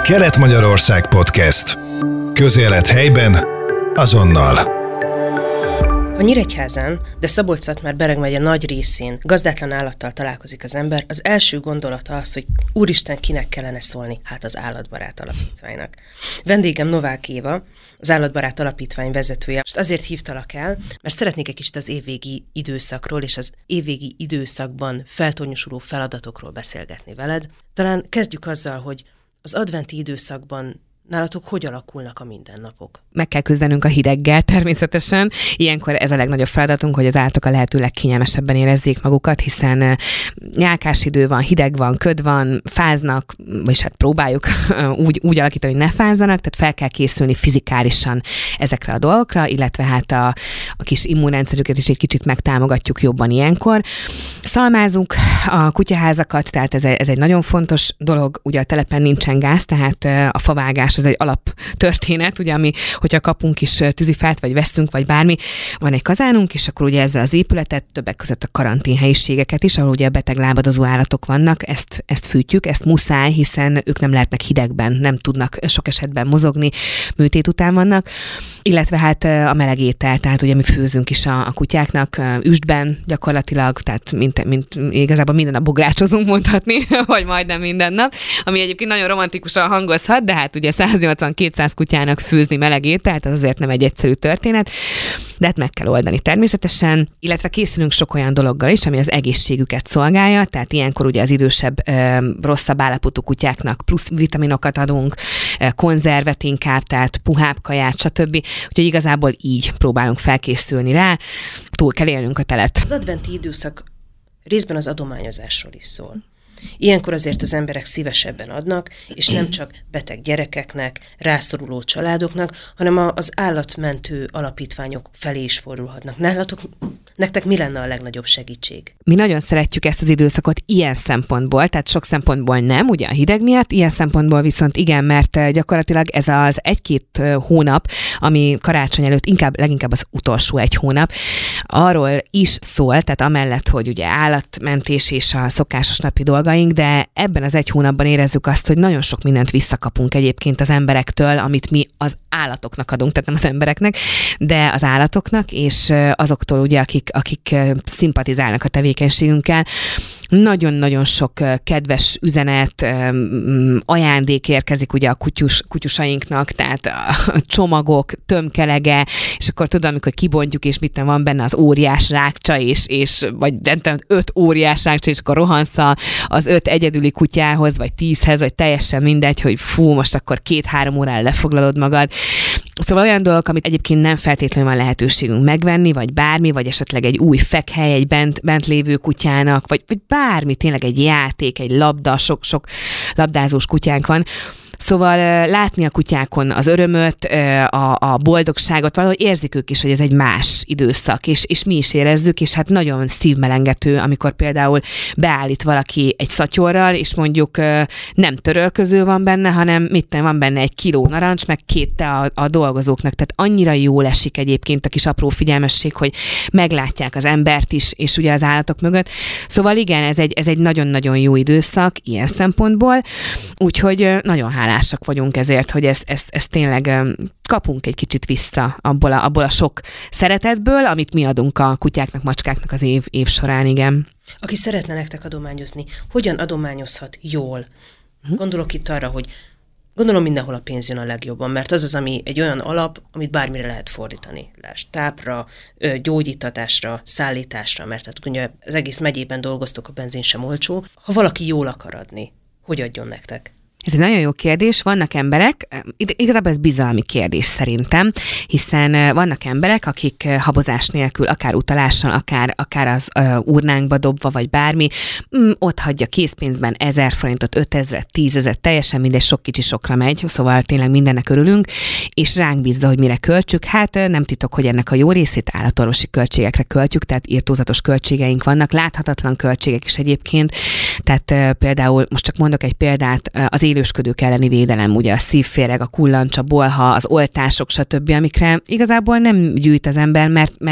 Kelet-Magyarország Podcast. Közélet helyben, azonnal. A Nyíregyházán, de Szabolcs-Szatmár-Bereg megye nagy részén gazdátlan állattal találkozik az ember, az első gondolata az, hogy úristen, kinek kellene szólni? Hát az Állatbarát Alapítványnak. Vendégem Novák Éva, az Állatbarát Alapítvány vezetője. Most azért hívtalak el, mert szeretnék egy kicsit az évvégi időszakról és az évvégi időszakban feltornyosuló feladatokról beszélgetni veled. Talán kezdjük azzal, hogy az adventi időszakban nálatok hogy alakulnak a mindennapok? Meg kell küzdenünk a hideggel természetesen. Ilyenkor ez a legnagyobb feladatunk, hogy az állatok a lehető legkényelmesebben érezzék magukat, hiszen nyálkás idő van, hideg van, köd van, fáznak, vagyis hát próbáljuk úgy alakítani, hogy ne fázzanak, tehát fel kell készülni fizikálisan ezekre a dolgokra, illetve hát a kis immunrendszerüket is egy kicsit megtámogatjuk jobban ilyenkor. Szalmázunk a kutyaházakat, tehát ez egy nagyon fontos dolog, ugye a telepen nincsen gáz, tehát a favágás ez egy alaptörténet, ugye, hogyha kapunk is tűzifát, vagy veszünk, vagy bármi, van egy kazánunk, és akkor ugye ezzel az épületet, többek között a karanténhelyiségeket is, ahol ugye a beteg lábadozó állatok vannak, ezt fűtjük, ezt muszáj, hiszen ők nem lehetnek hidegben, nem tudnak sok esetben mozogni, műtét után vannak, illetve hát a meleg étel, tehát ugye mi főzünk is a kutyáknak üstben gyakorlatilag, tehát mint igazából minden nap bográcsozunk mondhatni, vagy majdnem minden nap, ami egyébként nagyon romantikusan hangozhat, de hát ugye 180-200 kutyának főzni meleg ételt, az azért nem egy egyszerű történet, de hát meg kell oldani természetesen, illetve készülünk sok olyan dologgal is, ami az egészségüket szolgálja, tehát ilyenkor ugye az idősebb, rosszabb állapotú kutyáknak plusz vitaminokat adunk, konzervet inkább, tehát puhább kaját, stb. Úgyhogy igazából így próbálunk felkészülni rá, túl kell élnünk a telet. Az adventi időszak részben az adományozásról is szól. Ilyenkor azért az emberek szívesebben adnak, és nem csak beteg gyerekeknek, rászoruló családoknak, hanem az állatmentő alapítványok felé is fordulhatnak. Nektek mi lenne a legnagyobb segítség? Mi nagyon szeretjük ezt az időszakot ilyen szempontból, tehát sok szempontból nem, ugye a hideg miatt, ilyen szempontból viszont igen, mert gyakorlatilag ez az 1-2 hónap, ami karácsony előtt leginkább az utolsó egy hónap, arról is szól, tehát amellett, hogy ugye állatmentés és a szokásos napi dolgaink, de ebben az egy hónapban érezzük azt, hogy nagyon sok mindent visszakapunk egyébként az emberektől, amit mi az állatoknak adunk, tehát nem az embereknek, de az állatoknak, és azoktól ugye, akik szimpatizálnak a tevékenységünkkel. Nagyon-nagyon sok kedves üzenet, ajándék érkezik ugye a kutyusainknak, tehát a csomagok, tömkelege, és akkor tudom, amikor kibontjuk, és mit van benne az óriás rákcsa, vagy 5 óriás rákcsa, és akkor rohansz az 5 egyedüli kutyához, vagy 10-hez, vagy teljesen mindegy, hogy fú, most akkor 2-3 órára lefoglalod magad. Szóval olyan dolgok, amit egyébként nem feltétlenül van lehetőségünk megvenni, vagy bármi, vagy esetleg egy új fekhely egy bent lévő kutyának, vagy bármi, tényleg egy játék, egy labda, sok labdázós kutyánk van. Szóval látni a kutyákon az örömöt, a boldogságot, valahogy érzik ők is, hogy ez egy más időszak, és mi is érezzük, és hát nagyon szívmelengető, amikor például beállít valaki egy szatyorral, és mondjuk nem törölköző van benne, hanem van benne 1 kiló narancs, meg 2 te a dolgozóknak, tehát annyira jól esik egyébként a kis apró figyelmesség, hogy meglátják az embert is, és ugye az állatok mögött. Szóval igen, ez egy nagyon-nagyon jó időszak ilyen szempontból, úgyhogy nagyon hálásak vagyunk ezért, hogy ezt tényleg kapunk egy kicsit vissza abból a sok szeretetből, amit mi adunk a kutyáknak, macskáknak az év során, igen. Aki szeretne nektek adományozni, hogyan adományozhat jól? Gondolok itt arra, hogy gondolom mindenhol a pénz jön a legjobban, mert az, ami egy olyan alap, amit bármire lehet fordítani. Lásd, tápra, gyógyítatásra, szállításra, mert hát ugye az egész megyében dolgoztok, a benzin sem olcsó. Ha valaki jól akar adni, hogy adjon nektek? Ez egy nagyon jó kérdés. Vannak emberek, igazából ez bizalmi kérdés szerintem, hiszen vannak emberek, akik habozás nélkül, akár utalással, akár az urnánkba dobva, vagy bármi, ott hagyja készpénzben 1000 forintot, 5000, 10 000, teljesen mindegy, sok kicsi sokra megy, szóval tényleg mindennek örülünk, és ránk bízza, hogy mire költsük. Hát nem titok, hogy ennek a jó részét állatorvosi költségekre költjük, tehát irtózatos költségeink vannak, láthatatlan költségek is egyébként, Tehát például, most csak mondok egy példát, az élősködők elleni védelem, ugye a szívféreg, a kullancs, a bolha, az oltások, stb., amikre igazából nem gyűjt az ember,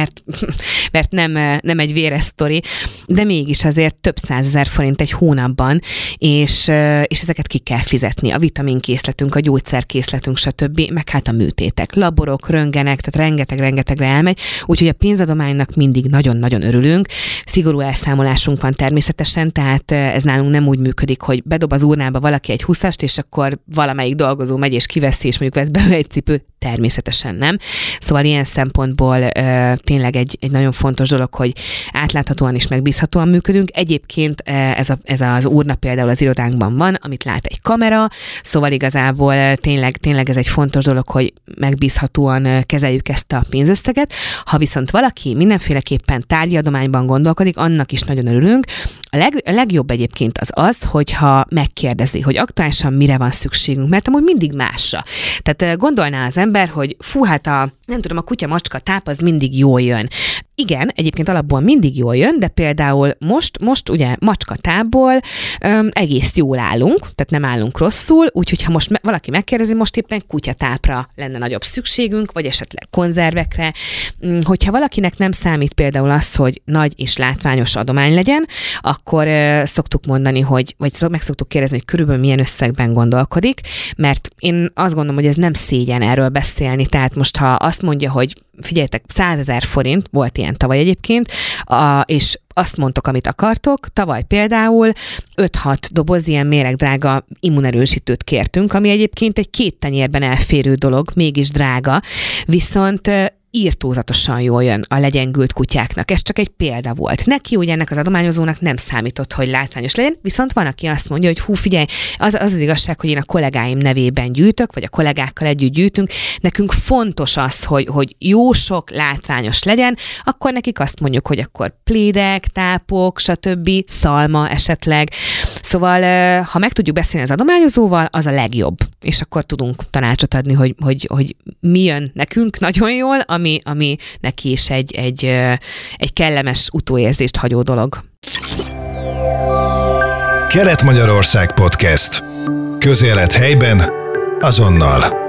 mert nem egy véres sztori, de mégis azért több 100 000 forint egy hónapban, és ezeket ki kell fizetni. A vitaminkészletünk, a gyógyszerkészletünk, stb., meg hát a műtétek, laborok, röntgenek, tehát rengetegre elmegy, úgyhogy a pénzadománynak mindig nagyon-nagyon örülünk. Szigorú elszámolásunk van természetesen, tehát ez nálunk nem úgy működik, hogy bedob az urnába valaki egy 20-ast, és akkor valamelyik dolgozó megy és kiveszi, és mondjuk vesz belőle egy cipőt. Természetesen nem. Szóval ilyen szempontból tényleg egy nagyon fontos dolog, hogy átláthatóan és megbízhatóan működünk. Egyébként ez az urna például az irodánkban van, amit lát egy kamera, szóval igazából tényleg ez egy fontos dolog, hogy megbízhatóan kezeljük ezt a pénzösszeget. Ha viszont valaki mindenféleképpen tárgyi adományban gondolkodik, annak is nagyon örülünk. A legjobb egyébként az, hogyha megkérdezi, hogy aktuálisan mire van szükségünk, mert amúgy mindig másra. Tehát gondolná az ember, hogy a kutya-macska táp az mindig jól jön. Igen, egyébként alapból mindig jól jön, de például most ugye macskatából egész jól állunk, tehát nem állunk rosszul, úgyhogy ha most valaki megkérdezi, most éppen kutyatápra lenne nagyobb szükségünk, vagy esetleg konzervekre. Hogyha valakinek nem számít például az, hogy nagy és látványos adomány legyen, akkor szoktuk mondani, vagy meg szoktuk kérdezni, hogy körülbelül milyen összegben gondolkodik, mert én azt gondolom, hogy ez nem szégyen erről beszélni, tehát most ha azt mondja, hogy figyeljetek, 100 000 forint, volt ilyen tavaly egyébként, és azt mondtok, amit akartok. Tavaly például 5-6 doboz ilyen méregdrága immunerősítőt kértünk, ami egyébként egy 2 tenyérben elférő dolog, mégis drága, viszont írtózatosan jól jön a legyengült kutyáknak. Ez csak egy példa volt. Neki ugye ennek az adományozónak nem számított, hogy látványos legyen, viszont van, aki azt mondja, hogy figyelj, az igazság, hogy én a kollégáim nevében gyűjtök, vagy a kollégákkal együtt gyűjtünk, nekünk fontos az, hogy jó sok látványos legyen, akkor nekik azt mondjuk, hogy akkor plédek, tápok, stb., szalma esetleg. Szóval, ha meg tudjuk beszélni az adományozóval, az a legjobb. És akkor tudunk tanácsot adni, hogy mi jön nekünk nagyon jól, ami neki is egy kellemes utóérzést hagyó dolog. Kelet-Magyarország Podcast. Közélet helyben, azonnal.